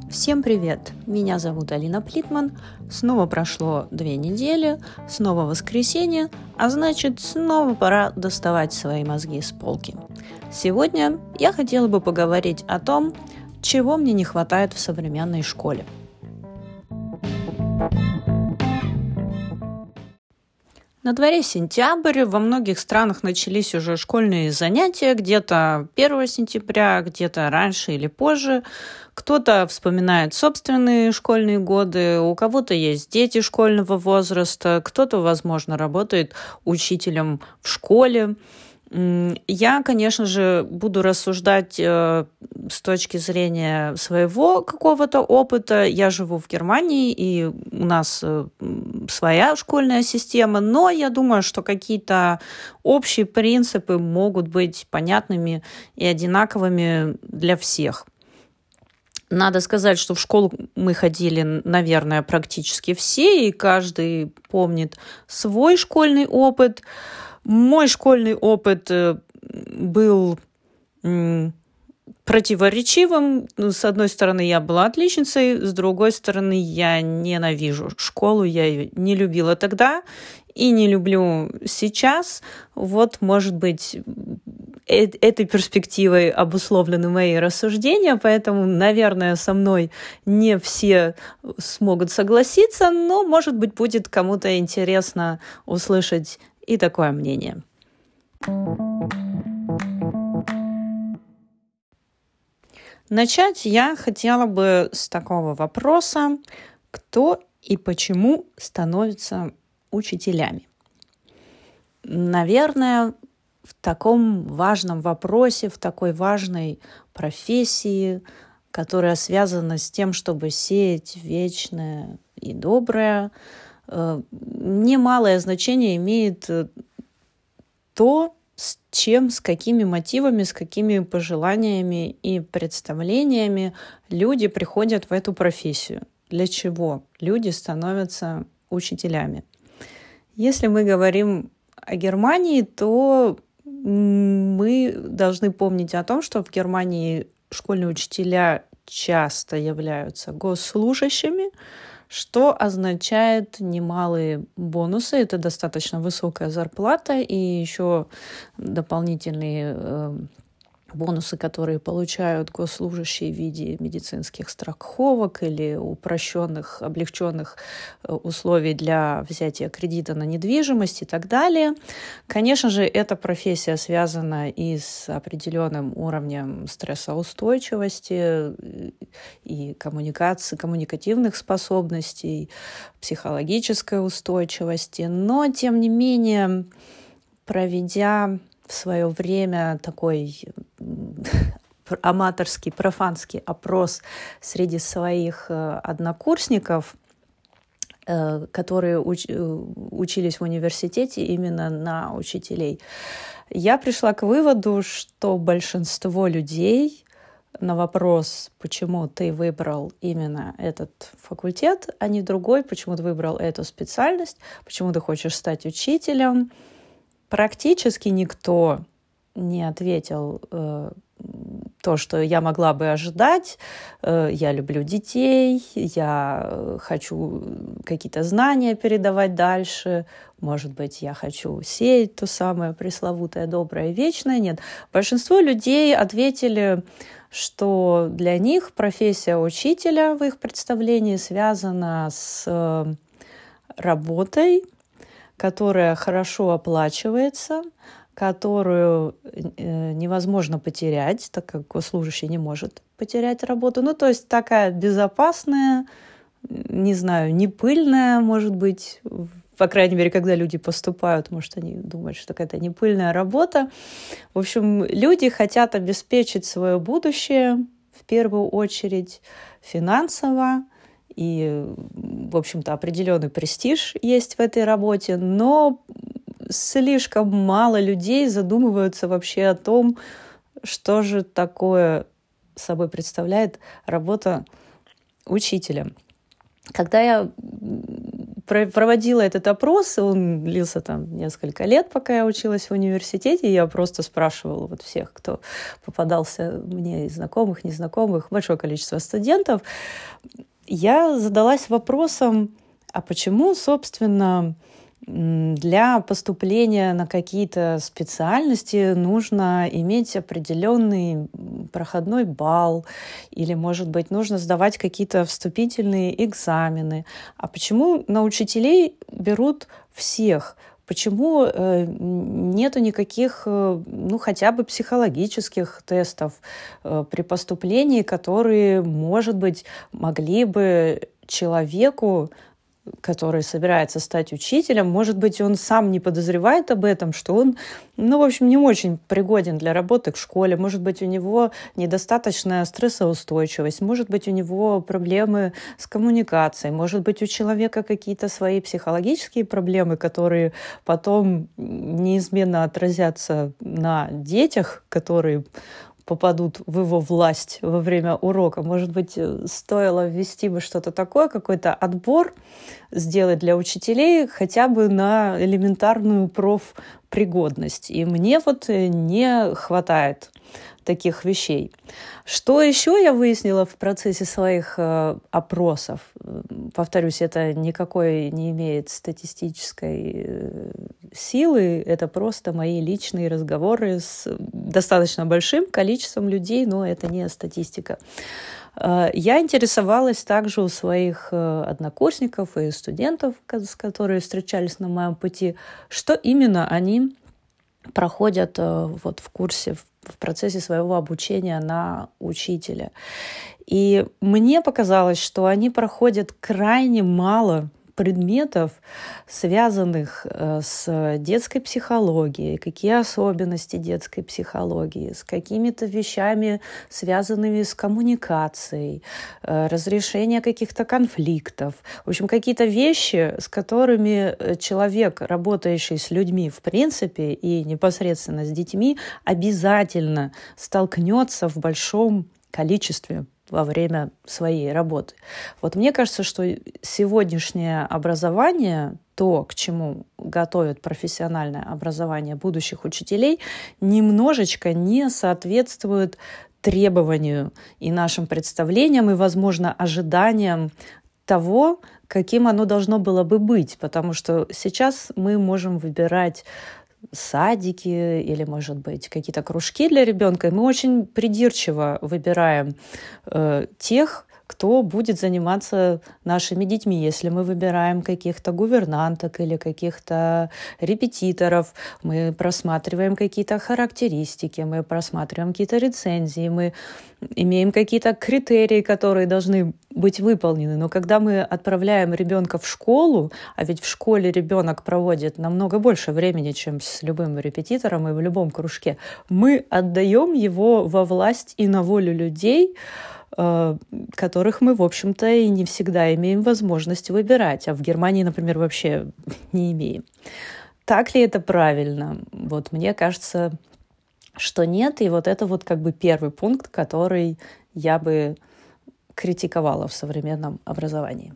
Всем привет! Меня зовут Алина Плитман. Снова прошло 2 недели, снова воскресенье, а значит, снова пора доставать свои мозги с полки. Сегодня я хотела бы поговорить о том, чего мне не хватает в современной школе. На дворе сентябрь, во многих странах начались уже школьные занятия, где-то 1 сентября, где-то раньше или позже. Кто-то вспоминает собственные школьные годы, у кого-то есть дети школьного возраста, кто-то, возможно, работает учителем в школе. Я, конечно же, буду рассуждать с точки зрения своего какого-то опыта. Я живу в Германии, и у нас своя школьная система, но я думаю, что какие-то общие принципы могут быть понятными и одинаковыми для всех. Надо сказать, что в школу мы ходили, наверное, практически все, и каждый помнит свой школьный опыт. Мой школьный опыт был противоречивым. С одной стороны, я была отличницей, с другой стороны, я ненавижу школу, я ее не любила тогда и не люблю сейчас. Вот, может быть, этой перспективой обусловлены мои рассуждения, поэтому, наверное, со мной не все смогут согласиться, но, может быть, будет кому-то интересно услышать и такое мнение. Начать я хотела бы с такого вопроса: кто и почему становятся учителями? Наверное, в таком важном вопросе, в такой важной профессии, которая связана с тем, чтобы сеять вечное и доброе, немалое значение имеет то, с чем, с какими мотивами, с какими пожеланиями и представлениями люди приходят в эту профессию. Для чего люди становятся учителями? Если мы говорим о Германии, то мы должны помнить о том, что в Германии школьные учителя часто являются госслужащими, что означает немалые бонусы. Это достаточно высокая зарплата и еще дополнительные бонусы, которые получают госслужащие в виде медицинских страховок или упрощенных, облегченных условий для взятия кредита на недвижимость и так далее. Конечно же, эта профессия связана и с определенным уровнем стрессоустойчивости и коммуникации, коммуникативных способностей, психологической устойчивости. Но, тем не менее, проведя в свое время такой аматорский, профанский опрос среди своих однокурсников, которые учились в университете именно на учителей, я пришла к выводу, что большинство людей на вопрос, почему ты выбрал именно этот факультет, а не другой, почему ты выбрал эту специальность, почему ты хочешь стать учителем, практически никто не ответил то, что я могла бы ожидать. Я люблю детей, я хочу какие-то знания передавать дальше, может быть, я хочу сеять то самое пресловутое, доброе, вечное. Нет, большинство людей ответили, что для них профессия учителя в их представлении связана с работой, которая хорошо оплачивается, которую невозможно потерять, так как госслужащий не может потерять работу. То есть такая безопасная, не знаю, не пыльная, может быть, по крайней мере, когда люди поступают, может, они думают, что какая-то не пыльная работа. В общем, люди хотят обеспечить свое будущее, в первую очередь, финансово, и, в общем-то, определенный престиж есть в этой работе, но слишком мало людей задумываются вообще о том, что же такое собой представляет работа учителя. Когда я проводила этот опрос, он длился там несколько лет, пока я училась в университете, я просто спрашивала вот всех, кто попадался мне из знакомых, незнакомых, большое количество студентов, я задалась вопросом, а почему, собственно, для поступления на какие-то специальности нужно иметь определенный проходной балл или, может быть, нужно сдавать какие-то вступительные экзамены. А почему на учителей берут всех? Почему нету никаких, хотя бы психологических тестов при поступлении, которые, может быть, могли бы человеку, который собирается стать учителем, может быть, он сам не подозревает об этом, что он, в общем, не очень пригоден для работы в школе, может быть, у него недостаточная стрессоустойчивость, может быть, у него проблемы с коммуникацией, может быть, у человека какие-то свои психологические проблемы, которые потом неизменно отразятся на детях, которые попадут в его власть во время урока. Может быть, стоило ввести бы что-то такое, какой-то отбор сделать для учителей хотя бы на элементарную профпригодность. И мне вот не хватает таких вещей. Что еще я выяснила в процессе своих опросов? Повторюсь, это никакой не имеет статистической силы, это просто мои личные разговоры с достаточно большим количеством людей, но это не статистика. Я интересовалась также у своих однокурсников и студентов, которые встречались на моем пути, что именно они проходят вот в курсе, в процессе своего обучения на учителя. И мне показалось, что они проходят крайне мало предметов, связанных с детской психологией, какие особенности детской психологии, с какими-то вещами, связанными с коммуникацией, разрешение каких-то конфликтов. В общем, какие-то вещи, с которыми человек, работающий с людьми в принципе и непосредственно с детьми, обязательно столкнется в большом количестве во время своей работы. Вот мне кажется, что сегодняшнее образование, то, к чему готовят профессиональное образование будущих учителей, немножечко не соответствует требованию и нашим представлениям, и, возможно, ожиданиям того, каким оно должно было бы быть. Потому что сейчас мы можем выбирать садики или, может быть, какие-то кружки для ребенка. И мы очень придирчиво выбираем тех, кто будет заниматься нашими детьми. Если мы выбираем каких-то гувернанток или каких-то репетиторов, мы просматриваем какие-то характеристики, мы просматриваем какие-то рецензии, мы имеем какие-то критерии, которые должны быть выполнены. Но когда мы отправляем ребенка в школу, а ведь в школе ребенок проводит намного больше времени, чем с любым репетитором и в любом кружке, мы отдаем его во власть и на волю людей, которых мы, в общем-то, и не всегда имеем возможность выбирать. А в Германии, например, вообще не имеем. Так ли это правильно? Вот мне кажется, что нет. И вот это вот как бы первый пункт, который я бы критиковала в современном образовании.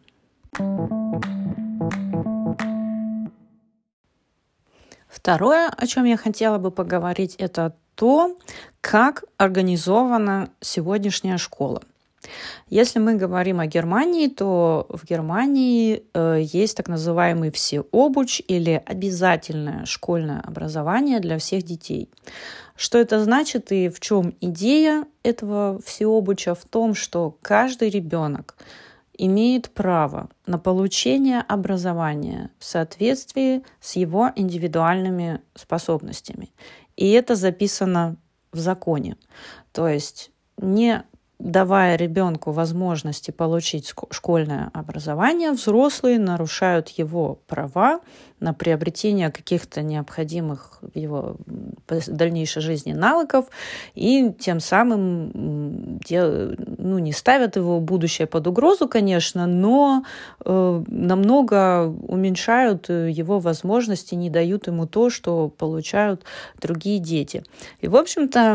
Второе, о чем я хотела бы поговорить, это то, как организована сегодняшняя школа. Если мы говорим о Германии, то в Германии есть так называемый всеобуч или обязательное школьное образование для всех детей. Что это значит и в чем идея этого всеобуча? В том, что каждый ребенок имеет право на получение образования в соответствии с его индивидуальными способностями. И это записано в законе. То есть не давая ребенку возможности получить школьное образование, взрослые нарушают его права на приобретение каких-то необходимых в его дальнейшей жизни навыков и тем самым не ставят его будущее под угрозу, конечно, но намного уменьшают его возможности, не дают ему то, что получают другие дети. И, в общем-то,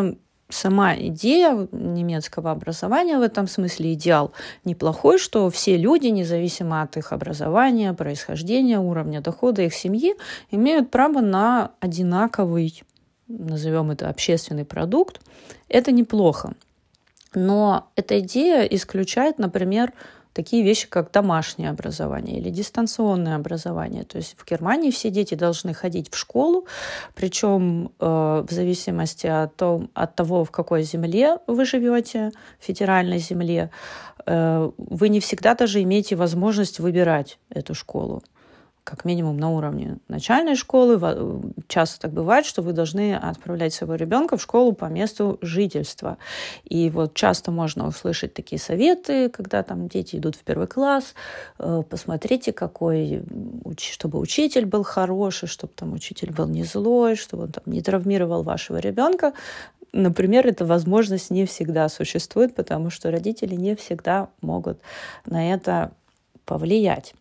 сама идея немецкого образования в этом смысле идеал неплохой, что все люди, независимо от их образования, происхождения, уровня дохода их семьи, имеют право на одинаковый, назовем это, общественный продукт. Это неплохо. Но эта идея исключает, например, такие вещи, как домашнее образование или дистанционное образование. То есть в Германии все дети должны ходить в школу, причем в зависимости от того, в какой земле вы живете, в федеральной земле, вы не всегда даже имеете возможность выбирать эту школу. Как минимум на уровне начальной школы. Часто так бывает, что вы должны отправлять своего ребенка в школу по месту жительства. И вот часто можно услышать такие советы, когда там дети идут в первый класс, посмотрите, чтобы учитель был хороший, чтобы там учитель был не злой, чтобы он там не травмировал вашего ребенка. Например, эта возможность не всегда существует, потому что родители не всегда могут на это повлиять.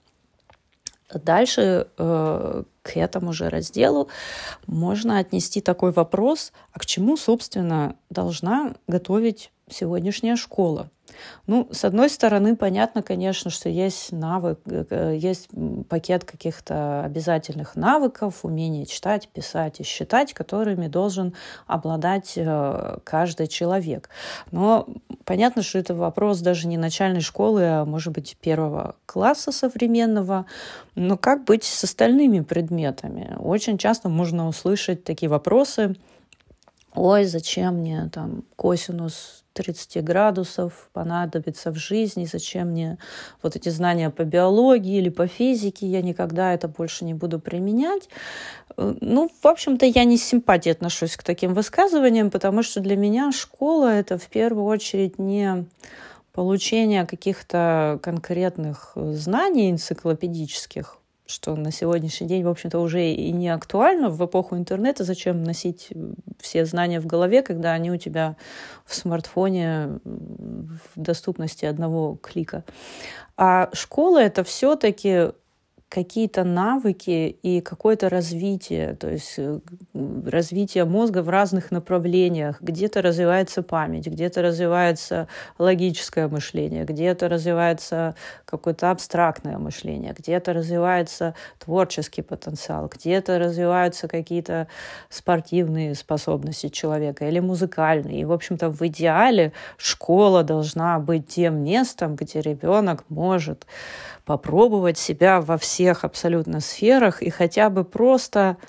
Дальше к этому же разделу можно отнести такой вопрос, а к чему, собственно, должна готовить сегодняшняя школа? С одной стороны, понятно, конечно, что есть навык, есть пакет каких-то обязательных навыков, умение читать, писать и считать, которыми должен обладать каждый человек. Но понятно, что это вопрос даже не начальной школы, а, может быть, первого класса современного. Но как быть с остальными предметами? Очень часто можно услышать такие вопросы: ой, зачем мне там косинус 30 градусов понадобится в жизни, зачем мне вот эти знания по биологии или по физике, я никогда это больше не буду применять. В общем-то, я не с симпатией отношусь к таким высказываниям, потому что для меня школа — это в первую очередь не получение каких-то конкретных знаний энциклопедических, что на сегодняшний день, в общем-то, уже и не актуально. В эпоху интернета зачем носить все знания в голове, когда они у тебя в смартфоне в доступности одного клика. А школа — это все-таки какие-то навыки и какое-то развитие, то есть развитие мозга в разных направлениях. Где-то развивается память, где-то развивается логическое мышление, где-то развивается какое-то абстрактное мышление, где-то развивается творческий потенциал, где-то развиваются какие-то спортивные способности человека или музыкальные. И, в общем-то, в идеале школа должна быть тем местом, где ребенок может попробовать себя во всех абсолютно сферах и хотя бы просто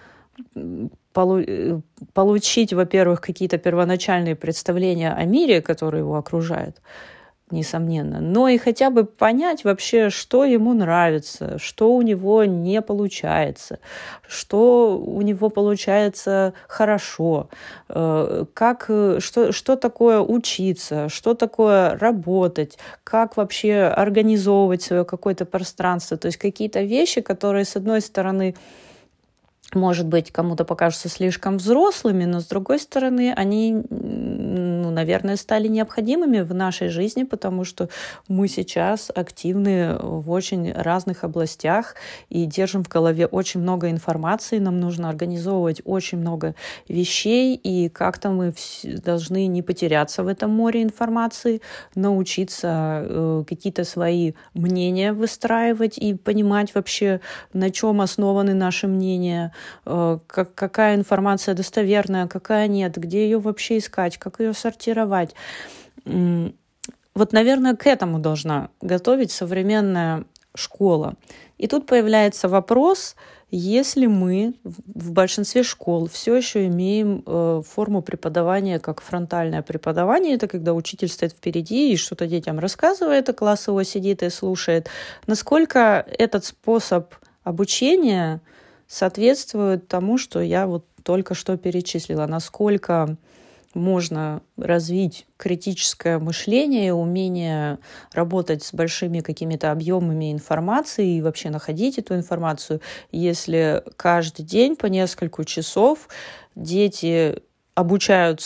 получить, во-первых, какие-то первоначальные представления о мире, который его окружает, несомненно, но и хотя бы понять вообще, что ему нравится, что у него не получается, что у него получается хорошо, что такое учиться, что такое работать, как вообще организовывать свое какое-то пространство. То есть какие-то вещи, которые, с одной стороны, может быть, кому-то покажутся слишком взрослыми, но, с другой стороны, они, наверное, стали необходимыми в нашей жизни, потому что мы сейчас активны в очень разных областях и держим в голове очень много информации, нам нужно организовывать очень много вещей, и как-то мы должны не потеряться в этом море информации, научиться какие-то свои мнения выстраивать и понимать вообще, на чем основаны наши мнения, какая информация достоверная, какая нет, где ее вообще искать, как ее сортировать. Вот, наверное, к этому должна готовить современная школа. И тут появляется вопрос, если мы в большинстве школ все еще имеем форму преподавания как фронтальное преподавание, это когда учитель стоит впереди и что-то детям рассказывает, а класс его сидит и слушает, насколько этот способ обучения соответствует тому, что я вот только что перечислила, насколько можно развить критическое мышление и умение работать с большими какими-то объемами информации и вообще находить эту информацию, если каждый день по несколько часов дети обучаются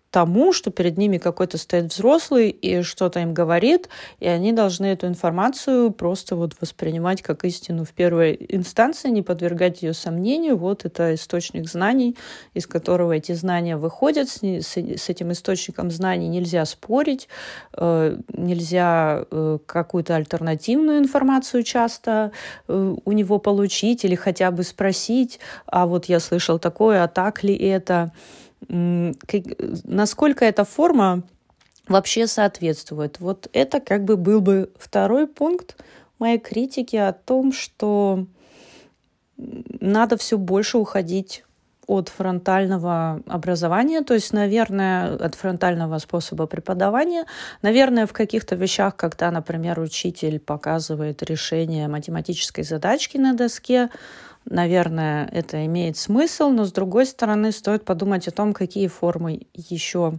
тому, что перед ними какой-то стоит взрослый и что-то им говорит, и они должны эту информацию просто вот воспринимать как истину в первой инстанции, не подвергать ее сомнению. Вот это источник знаний, из которого эти знания выходят. С этим источником знаний нельзя спорить, нельзя какую-то альтернативную информацию часто у него получить или хотя бы спросить, а вот я слышал такое, а так ли это? Насколько эта форма вообще соответствует. Вот это как бы был бы второй пункт моей критики о том, что надо все больше уходить от фронтального образования, то есть, наверное, от фронтального способа преподавания. Наверное, в каких-то вещах, когда, например, учитель показывает решение математической задачки на доске, наверное, это имеет смысл, но, с другой стороны, стоит подумать о том, какие формы еще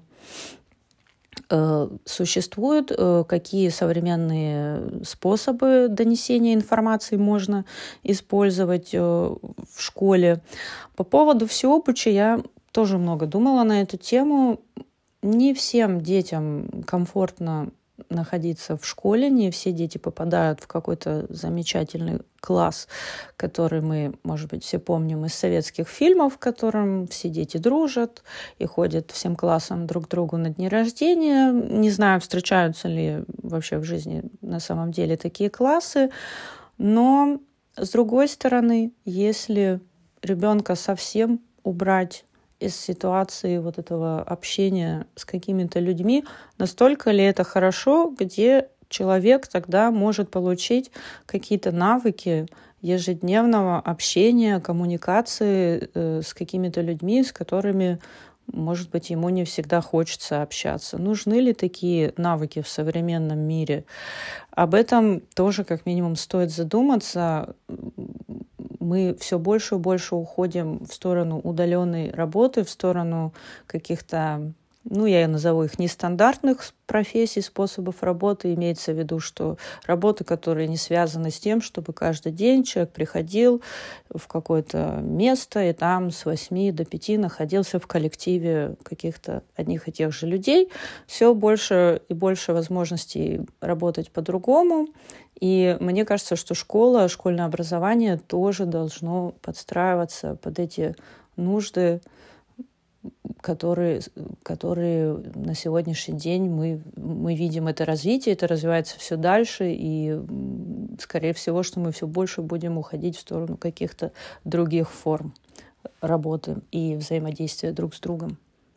существуют, какие современные способы донесения информации можно использовать в школе. По поводу всеобучия я тоже много думала на эту тему. Не всем детям комфортно находиться в школе, не все дети попадают в какой-то замечательный класс, который мы, может быть, все помним из советских фильмов, в котором все дети дружат и ходят всем классом друг к другу на дни рождения. Не знаю, встречаются ли вообще в жизни на самом деле такие классы, но, с другой стороны, если ребенка совсем убрать из ситуации вот этого общения с какими-то людьми, настолько ли это хорошо, где человек тогда может получить какие-то навыки ежедневного общения, коммуникации с какими-то людьми, с которыми, может быть, ему не всегда хочется общаться. Нужны ли такие навыки в современном мире? Об этом тоже, как минимум, стоит задуматься. Мы все больше и больше уходим в сторону удаленной работы, в сторону каких-то, я назову их нестандартных профессий, способов работы. Имеется в виду, что работы, которые не связаны с тем, чтобы каждый день человек приходил в какое-то место и там с 8 до 5 находился в коллективе каких-то одних и тех же людей. Все больше и больше возможностей работать по-другому. И мне кажется, что школьное образование тоже должно подстраиваться под эти нужды, которые на сегодняшний день мы видим это развитие, это развивается все дальше, и, скорее всего, что мы все больше будем уходить в сторону каких-то других форм работы и взаимодействия друг с другом.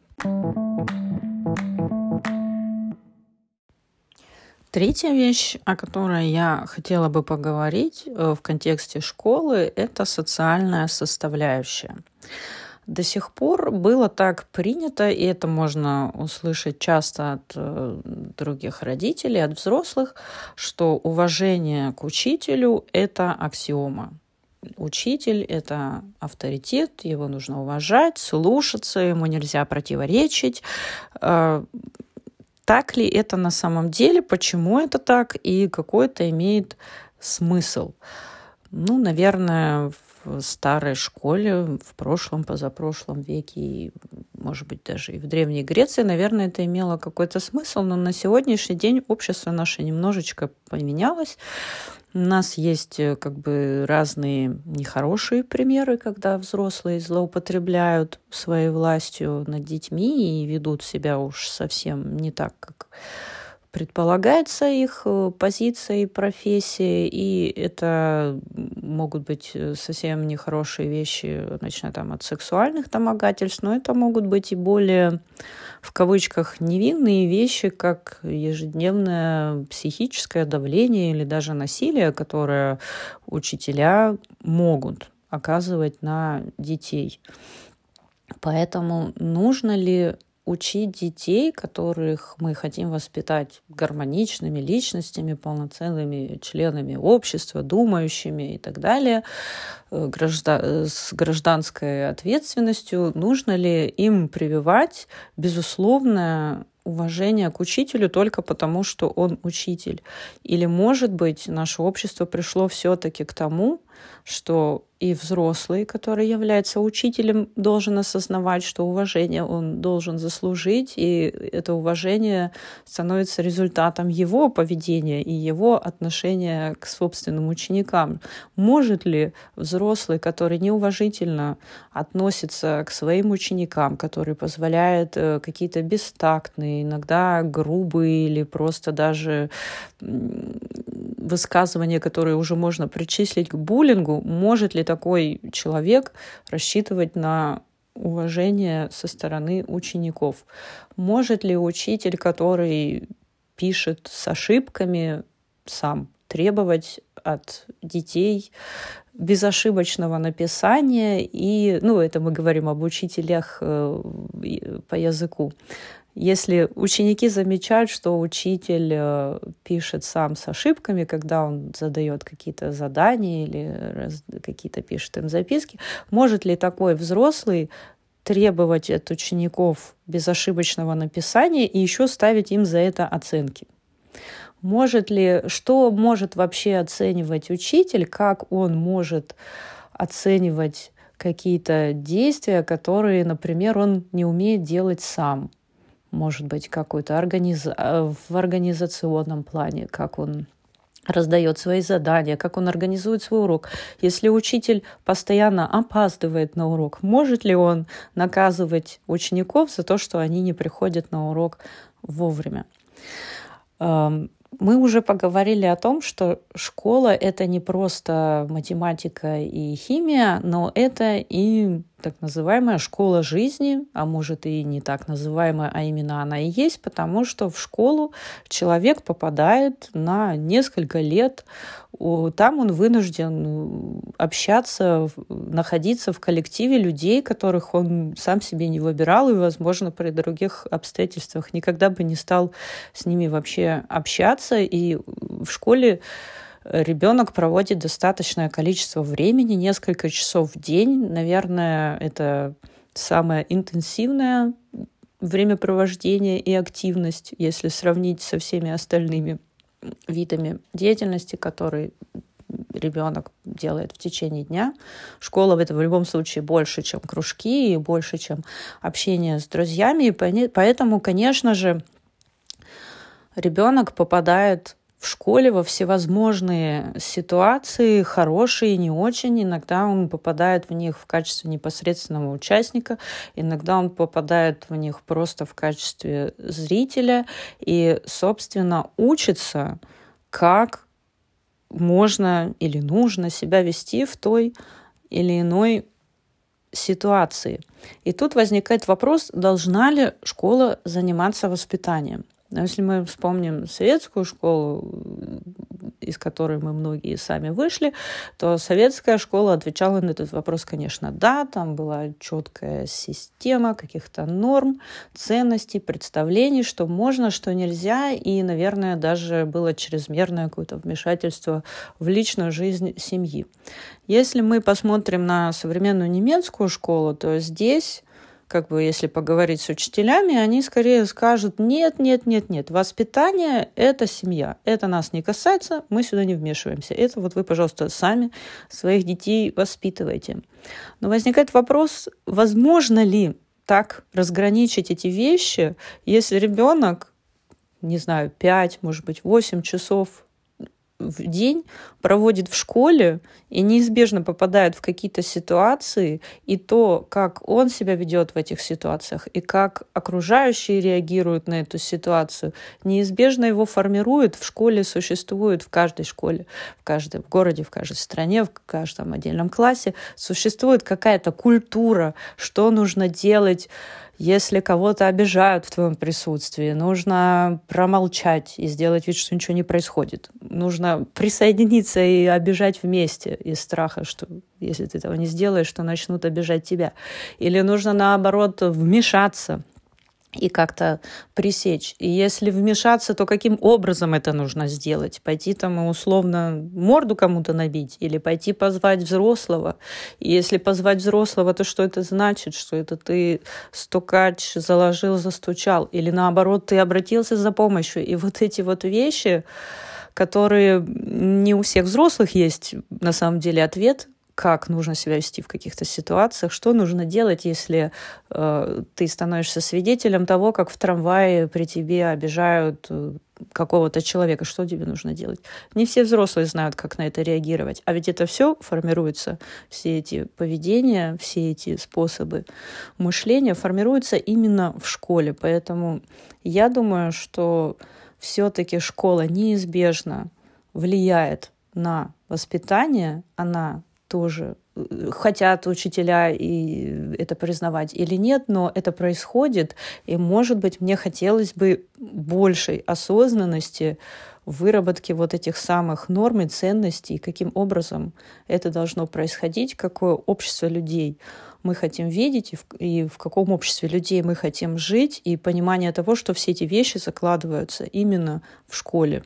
Третья вещь, о которой я хотела бы поговорить в контексте школы, это социальная составляющая. До сих пор было так принято, и это можно услышать часто от других родителей, от взрослых, что уважение к учителю – это аксиома. Учитель – это авторитет, его нужно уважать, слушаться, ему нельзя противоречить. Так ли это на самом деле, почему это так и какой это имеет смысл? Наверное, в старой школе, в прошлом, позапрошлом веке, и, может быть, даже и в Древней Греции, наверное, это имело какой-то смысл, но на сегодняшний день общество наше немножечко поменялось. У нас есть разные нехорошие примеры, когда взрослые злоупотребляют своей властью над детьми и ведут себя уж совсем не так, как предполагается их позицией, профессией, и это могут быть совсем нехорошие вещи, начиная от сексуальных домогательств, но это могут быть и более, в кавычках, невинные вещи, как ежедневное психическое давление или даже насилие, которое учителя могут оказывать на детей. Поэтому нужно ли учить детей, которых мы хотим воспитать гармоничными личностями, полноценными членами общества, думающими и так далее, с гражданской ответственностью, нужно ли им прививать безусловное уважение к учителю только потому, что он учитель? Или, может быть, наше общество пришло все-таки к тому, что и взрослый, который является учителем, должен осознавать, что уважение он должен заслужить, и это уважение становится результатом его поведения и его отношения к собственным ученикам. Может ли взрослый, который неуважительно относится к своим ученикам, который позволяет какие-то бестактные, иногда грубые или просто даже высказывания, которые уже можно причислить к буллингу, может ли такой человек рассчитывать на уважение со стороны учеников? Может ли учитель, который пишет с ошибками, сам требовать от детей безошибочного написания? И, это мы говорим об учителях по языку. Если ученики замечают, что учитель пишет сам с ошибками, когда он задает какие-то задания или какие-то пишет им записки, может ли такой взрослый требовать от учеников безошибочного написания и еще ставить им за это оценки? Что может вообще оценивать учитель, как он может оценивать какие-то действия, которые, например, он не умеет делать сам? Может быть, какой-то в организационном плане, как он раздает свои задания, как он организует свой урок. Если учитель постоянно опаздывает на урок, может ли он наказывать учеников за то, что они не приходят на урок вовремя? Мы уже поговорили о том, что школа — это не просто математика и химия, но это и так называемая школа жизни, а может и не так называемая, а именно она и есть, потому что в школу человек попадает на несколько лет. Там он вынужден общаться, находиться в коллективе людей, которых он сам себе не выбирал и, возможно, при других обстоятельствах никогда бы не стал с ними вообще общаться. И в школе ребенок проводит достаточное количество времени, несколько часов в день. Наверное, это самое интенсивное времяпровождение и активность, если сравнить со всеми остальными видами деятельности, которые ребенок делает в течение дня. Школа — это в любом случае больше, чем кружки, и больше, чем общение с друзьями. И поэтому, конечно же, ребенок попадает в школе во всевозможные ситуации, хорошие, не очень. Иногда он попадает в них в качестве непосредственного участника, иногда он попадает в них просто в качестве зрителя и, собственно, учится, как можно или нужно себя вести в той или иной ситуации. И тут возникает вопрос, должна ли школа заниматься воспитанием? Но если мы вспомним советскую школу, из которой мы многие сами вышли, то советская школа отвечала на этот вопрос, конечно, да, там была четкая система каких-то норм, ценностей, представлений, что можно, что нельзя, и, наверное, даже было чрезмерное какое-то вмешательство в личную жизнь семьи. Если мы посмотрим на современную немецкую школу, то здесь, если поговорить с учителями, они скорее скажут: нет, воспитание — это семья, это нас не касается, мы сюда не вмешиваемся, это вы, пожалуйста, сами своих детей воспитывайте. Но возникает вопрос, возможно ли так разграничить эти вещи, если ребенок, 5, может быть, 8 часов в день проводит в школе и неизбежно попадает в какие-то ситуации, и то, как он себя ведет в этих ситуациях, и как окружающие реагируют на эту ситуацию, неизбежно его формирует, в школе существует, в каждой школе, в каждом городе, в каждой стране, в каждом отдельном классе существует какая-то культура, что нужно делать, если кого-то обижают в твоем присутствии. Нужно промолчать и сделать вид, что ничего не происходит. Нужно присоединиться и обижать вместе из страха, что если ты этого не сделаешь, то начнут обижать тебя. Или нужно, наоборот, вмешаться и как-то пресечь. И если вмешаться, то каким образом это нужно сделать? Пойти там и условно морду кому-то набить? Или пойти позвать взрослого? И если позвать взрослого, то что это значит? Что это ты стукач заложил, застучал? Или наоборот, ты обратился за помощью? И эти вещи, которые не у всех взрослых есть на самом деле ответ, как нужно себя вести в каких-то ситуациях, что нужно делать, если ты становишься свидетелем того, как в трамвае при тебе обижают какого-то человека, что тебе нужно делать. Не все взрослые знают, как на это реагировать. А ведь это все формируется, все эти поведения, все эти способы мышления формируются именно в школе. Поэтому я думаю, что все-таки школа неизбежно влияет на воспитание, она тоже хотят учителя и это признавать или нет, но это происходит, и, может быть, мне хотелось бы большей осознанности в выработке вот этих самых норм и ценностей, каким образом это должно происходить, какое общество людей мы хотим видеть, и в каком обществе людей мы хотим жить, и понимание того, что все эти вещи закладываются именно в школе.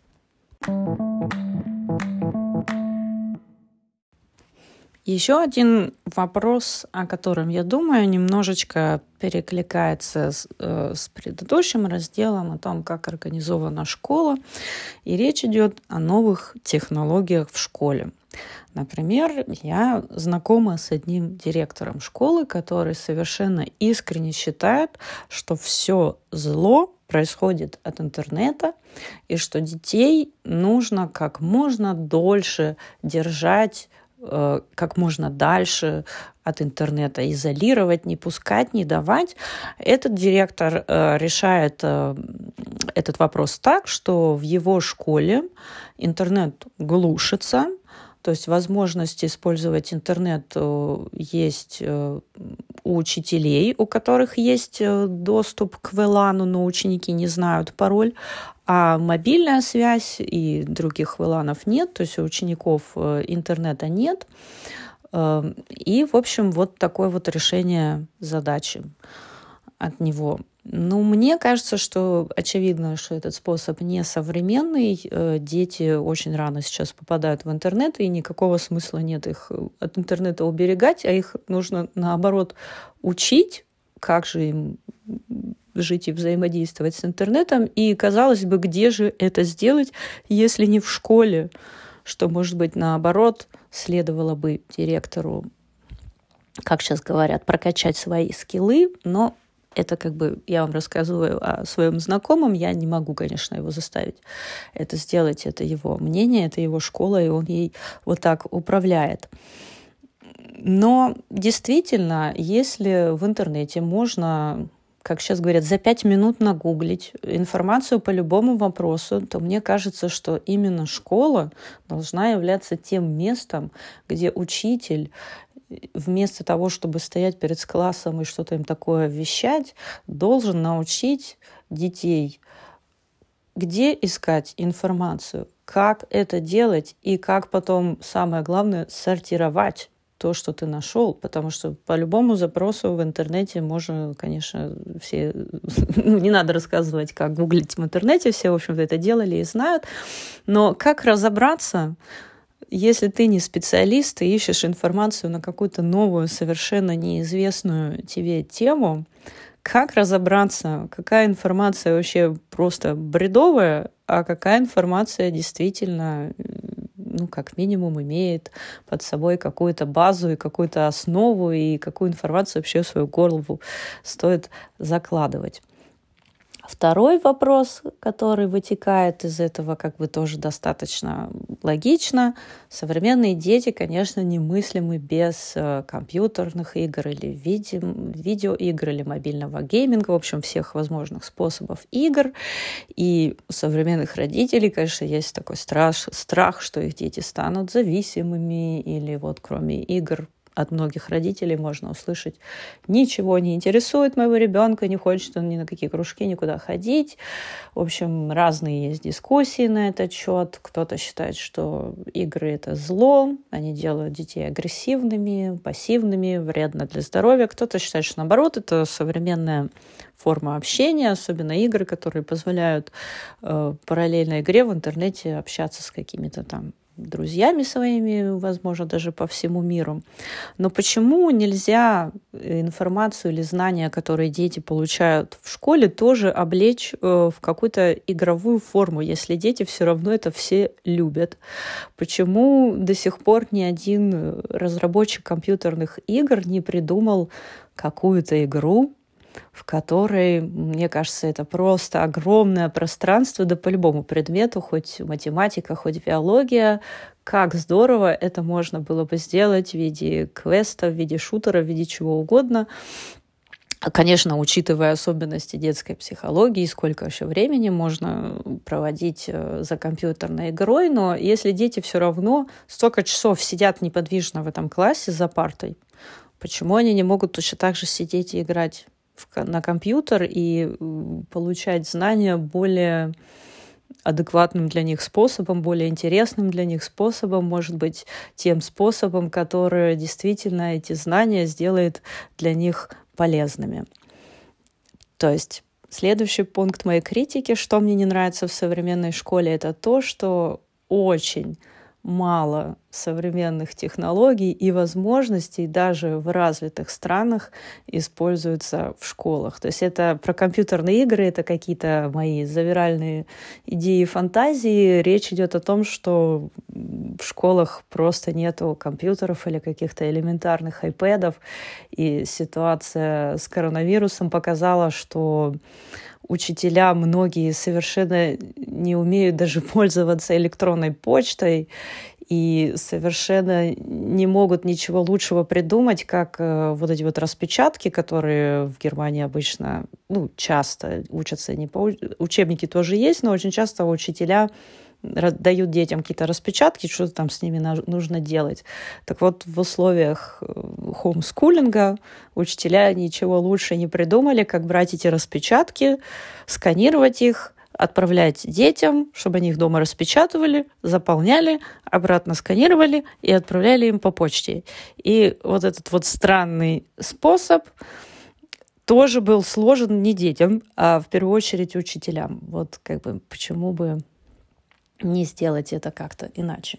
Еще один вопрос, о котором я думаю, немножечко перекликается с предыдущим разделом о том, как организована школа. И речь идет о новых технологиях в школе. Например, я знакома с одним директором школы, который совершенно искренне считает, что все зло происходит от интернета, и что детей нужно как можно дольше держать, как можно дальше от интернета, изолировать, не пускать, не давать. Этот директор решает этот вопрос так, что в его школе интернет глушится, то есть возможность использовать интернет есть у учителей, у которых есть доступ к VLAN, но ученики не знают пароль, а мобильная связь и других VLAN нет, то есть у учеников интернета нет. И, в общем, вот такое вот решение задачи от него. Ну, мне кажется, что очевидно, что этот способ не современный. Дети очень рано сейчас попадают в интернет, и никакого смысла нет их от интернета уберегать, а их нужно, наоборот, учить, как же им жить и взаимодействовать с интернетом. И, казалось бы, где же это сделать, если не в школе? Что, может быть, наоборот, следовало бы директору, как сейчас говорят, прокачать свои скиллы, но это как бы я вам рассказываю о своем знакомом, я не могу, конечно, его заставить это сделать, это его мнение, это его школа, и он ей вот так управляет. Но действительно, если в интернете можно, как сейчас говорят, за 5 минут нагуглить информацию по любому вопросу, то мне кажется, что именно школа должна являться тем местом, где учитель вместо того, чтобы стоять перед классом и что-то им такое вещать, должен научить детей, где искать информацию, как это делать и как потом, самое главное, сортировать то, что ты нашел, потому что по любому запросу в интернете можно, конечно, все... не надо рассказывать, как гуглить в интернете, все, в общем-то, это делали и знают, но как разобраться, если ты не специалист, ты ищешь информацию на какую-то новую, совершенно неизвестную тебе тему, как разобраться, какая информация вообще просто бредовая, а какая информация действительно, ну, как минимум, имеет под собой какую-то базу и какую-то основу, и какую информацию вообще в свою голову стоит закладывать. Второй вопрос, который вытекает из этого, как бы тоже достаточно логично. Современные дети, конечно, немыслимы без компьютерных игр или видеоигр или мобильного гейминга, в общем, всех возможных способов игр. И у современных родителей, конечно, есть такой страх, что их дети станут зависимыми или вот кроме игр от многих родителей можно услышать: ничего не интересует моего ребенка, не хочет он ни на какие кружки, никуда ходить. В общем, разные есть дискуссии на этот счет. Кто-то считает, что игры — это зло, они делают детей агрессивными, пассивными, вредно для здоровья. Кто-то считает, что наоборот, это современная форма общения, особенно игры, которые позволяют параллельно игре в интернете общаться с какими-то там друзьями своими, возможно, даже по всему миру. Но почему нельзя информацию или знания, которые дети получают в школе, тоже облечь в какую-то игровую форму, если дети все равно это все любят? Почему до сих пор ни один разработчик компьютерных игр не придумал какую-то игру, в которой, мне кажется, это просто огромное пространство, да по любому предмету, хоть математика, хоть биология, как здорово это можно было бы сделать в виде квеста, в виде шутера, в виде чего угодно. Конечно, учитывая особенности детской психологии, сколько еще времени можно проводить за компьютерной игрой, но если дети все равно столько часов сидят неподвижно в этом классе за партой, почему они не могут точно так же сидеть и играть на компьютер и получать знания более адекватным для них способом, более интересным для них способом, может быть, тем способом, который действительно эти знания сделает для них полезными. То есть следующий пункт моей критики, что мне не нравится в современной школе, это то, что очень мало современных технологий и возможностей даже в развитых странах используются в школах. То есть это про компьютерные игры, это какие-то мои завиральные идеи и фантазии. Речь идет о том, что в школах просто нету компьютеров или каких-то элементарных айпэдов. И ситуация с коронавирусом показала, что учителя многие совершенно не умеют даже пользоваться электронной почтой и совершенно не могут ничего лучшего придумать, как вот эти вот распечатки, которые в Германии обычно, часто учатся, учебники тоже есть, но очень часто учителя дают детям какие-то распечатки, что там с ними нужно делать. Так вот, в условиях хоумскулинга учителя ничего лучше не придумали, как брать эти распечатки, сканировать их, отправлять детям, чтобы они их дома распечатывали, заполняли, обратно сканировали и отправляли им по почте. И вот этот вот странный способ тоже был сложен не детям, а в первую очередь учителям. Вот почему бы не сделать это как-то иначе.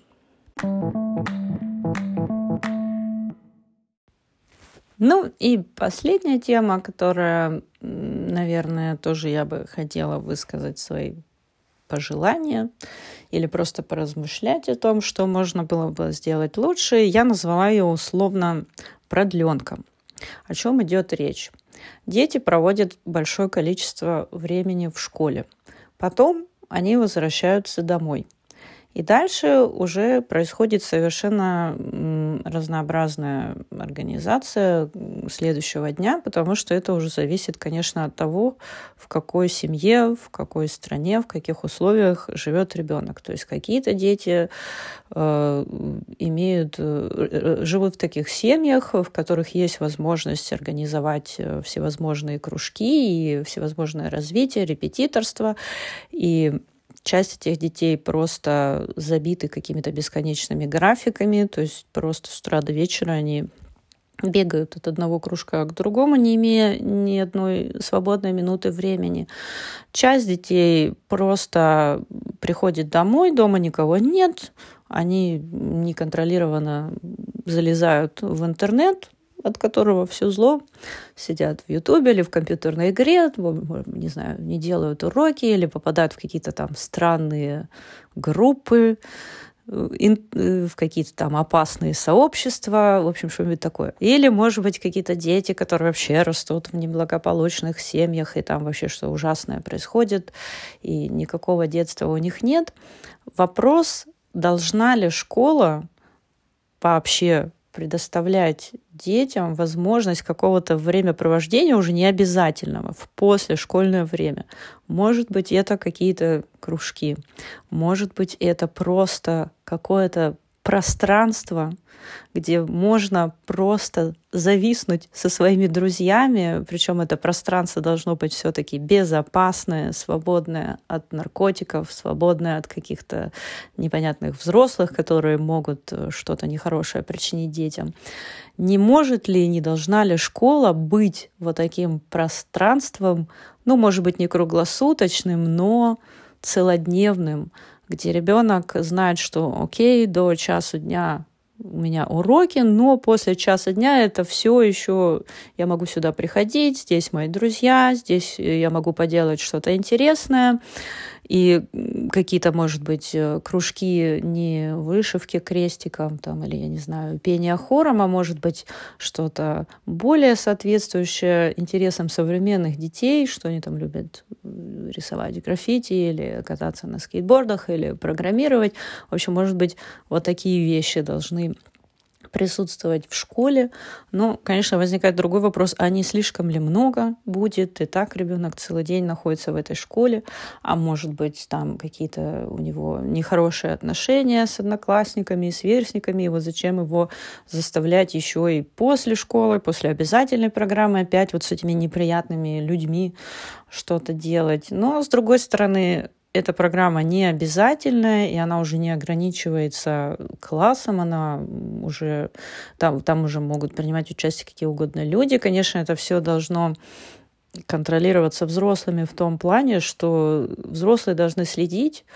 И последняя тема, которая, наверное, тоже я бы хотела высказать свои пожелания или просто поразмышлять о том, что можно было бы сделать лучше, я назвала ее условно продленком. О чем идет речь? Дети проводят большое количество времени в школе. Потом они возвращаются домой. И дальше уже происходит совершенно разнообразная организация следующего дня, потому что это уже зависит, конечно, от того, в какой семье, в какой стране, в каких условиях живет ребенок. То есть какие-то дети живут в таких семьях, в которых есть возможность организовать всевозможные кружки и всевозможное развитие, репетиторство, и часть этих детей просто забиты какими-то бесконечными графиками, то есть просто с утра до вечера они бегают от одного кружка к другому, не имея ни одной свободной минуты времени. Часть детей просто приходит домой, дома никого нет, они неконтролированно залезают в интернет, от которого все зло, сидят в Ютубе или в компьютерной игре, не знаю, не делают уроки или попадают в какие-то там странные группы, в какие-то там опасные сообщества, в общем, что-нибудь такое. Или, может быть, какие-то дети, которые вообще растут в неблагополучных семьях, и там вообще что ужасное происходит, и никакого детства у них нет. Вопрос, должна ли школа вообще предоставлять детям возможность какого-то времяпровождения уже не обязательного, в послешкольное время. Может быть, это какие-то кружки, может быть, это просто какое-то пространство, где можно просто зависнуть со своими друзьями, причем это пространство должно быть все-таки безопасное, свободное от наркотиков, свободное от каких-то непонятных взрослых, которые могут что-то нехорошее причинить детям. Не может ли, не должна ли школа быть вот таким пространством, может быть, не круглосуточным, но целодневным, где ребенок знает, что окей, до часу дня у меня уроки, но после часа дня это все еще я могу сюда приходить, здесь мои друзья, здесь я могу поделать что-то интересное. И какие-то, может быть, кружки не вышивки крестиком, там, или, я не знаю, пение хором, а может быть, что-то более соответствующее интересам современных детей, что они там любят рисовать граффити или кататься на скейтбордах или программировать. В общем, может быть, вот такие вещи должны присутствовать в школе. Но, конечно, возникает другой вопрос, а не слишком ли много будет? И так ребенок целый день находится в этой школе, а может быть, там какие-то у него нехорошие отношения с одноклассниками, сверстниками, и вот зачем его заставлять еще и после школы, после обязательной программы опять вот с этими неприятными людьми что-то делать. Но, с другой стороны, эта программа не обязательная, и она уже не ограничивается классом, она уже там уже могут принимать участие какие угодно люди. Конечно, это все должно контролироваться взрослыми в том плане, что взрослые должны следить,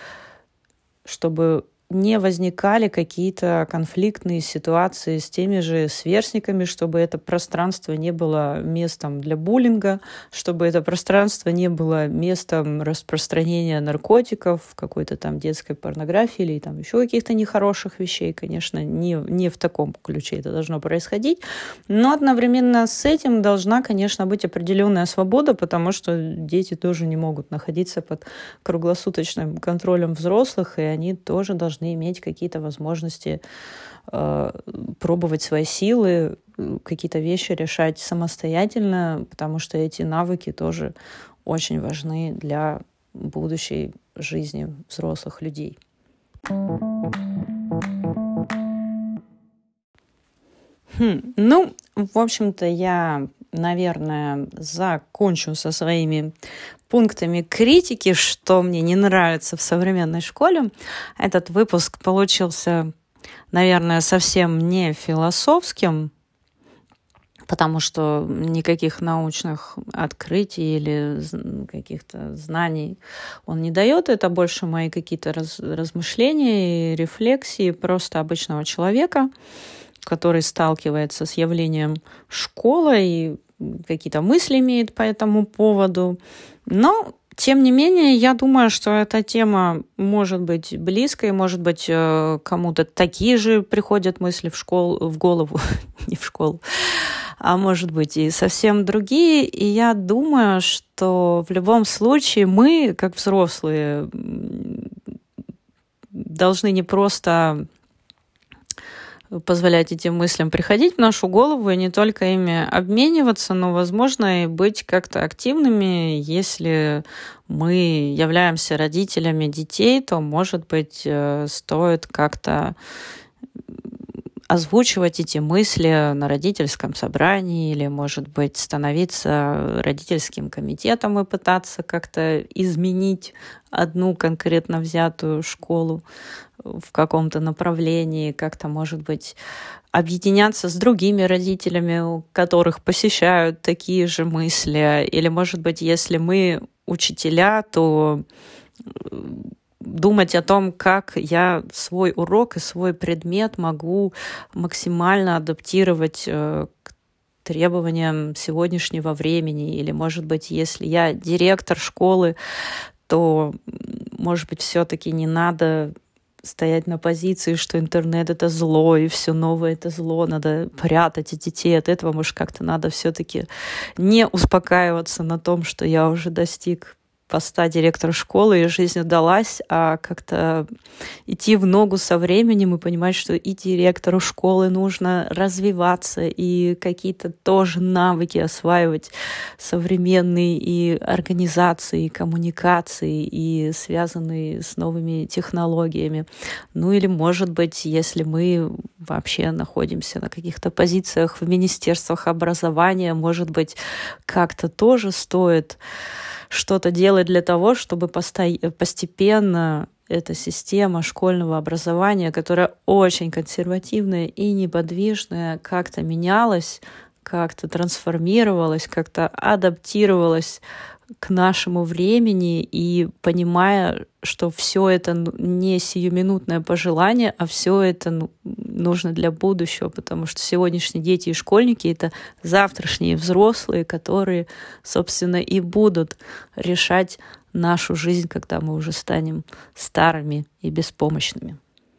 чтобы не возникали какие-то конфликтные ситуации с теми же сверстниками, чтобы это пространство не было местом для буллинга, чтобы это пространство не было местом распространения наркотиков, какой-то там детской порнографии или там еще каких-то нехороших вещей. Конечно, не в таком ключе это должно происходить, но одновременно с этим должна, конечно, быть определенная свобода, потому что дети тоже не могут находиться под круглосуточным контролем взрослых, и они тоже должны иметь какие-то возможности пробовать свои силы, какие-то вещи решать самостоятельно, потому что эти навыки тоже очень важны для будущей жизни взрослых людей. Ну, в общем-то, я, наверное, закончу со своими пунктами критики, что мне не нравится в современной школе. Этот выпуск получился, наверное, совсем не философским, потому что никаких научных открытий или каких-то знаний он не дает. Это больше мои какие-то размышления и рефлексии просто обычного человека, который сталкивается с явлением школы и какие-то мысли имеет по этому поводу. Но, тем не менее, я думаю, что эта тема может быть близкой, может быть, кому-то такие же приходят мысли в голову, не в школу, а может быть и совсем другие. И я думаю, что в любом случае мы, как взрослые, должны не просто позволять этим мыслям приходить в нашу голову и не только ими обмениваться, но, возможно, и быть как-то активными. Если мы являемся родителями детей, то, может быть, стоит как-то озвучивать эти мысли на родительском собрании или, может быть, становиться родительским комитетом и пытаться как-то изменить одну конкретно взятую школу в каком-то направлении, как-то, может быть, объединяться с другими родителями, у которых посещают такие же мысли. Или, может быть, если мы учителя, то думать о том, как я свой урок и свой предмет могу максимально адаптировать к требованиям сегодняшнего времени. Или, может быть, если я директор школы, то, может быть, все-таки не надо стоять на позиции, что интернет — это зло, и все новое — это зло, надо прятать детей от этого. Может, как-то надо все-таки не успокаиваться на том, что я уже достиг поста директора школы, и жизнь удалась, а как-то идти в ногу со временем и понимать, что и директору школы нужно развиваться, и какие-то тоже навыки осваивать современные, и организации, и коммуникации, и связанные с новыми технологиями. Ну или, может быть, если мы вообще находимся на каких-то позициях в министерствах образования, может быть, как-то тоже стоит что-то делать для того, чтобы постепенно эта система школьного образования, которая очень консервативная и неподвижная, как-то менялась, как-то трансформировалась, как-то адаптировалась к нашему времени и понимая, что все это не сиюминутное пожелание, а все это нужно для будущего, потому что сегодняшние дети и школьники — это завтрашние взрослые, которые, собственно, и будут решать нашу жизнь, когда мы уже станем старыми и беспомощными.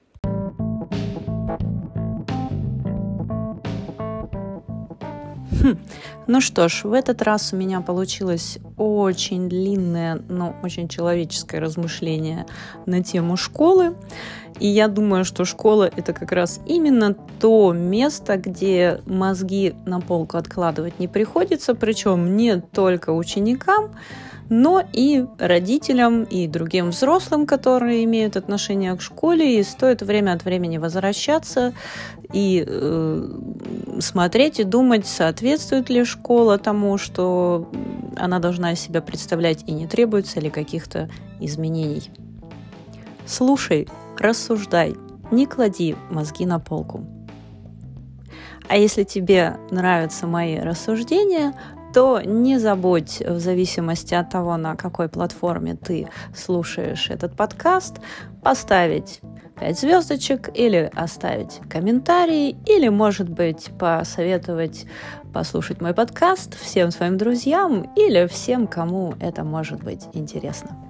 Ну что ж, в этот раз у меня получилось очень длинное, но очень человеческое размышление на тему школы. И я думаю, что школа — это как раз именно то место, где мозги на полку откладывать не приходится, причем не только ученикам, но и родителям, и другим взрослым, которые имеют отношение к школе, и стоит время от времени возвращаться и смотреть и думать, соответствует ли школа тому, что она должна из себя представлять, и не требуется ли каких-то изменений. Слушай, рассуждай, не клади мозги на полку. А если тебе нравятся мои рассуждения, то не забудь, в зависимости от того, на какой платформе ты слушаешь этот подкаст, поставить 5 звездочек или оставить комментарий, или, может быть, посоветовать послушать мой подкаст всем своим друзьям или всем, кому это может быть интересно.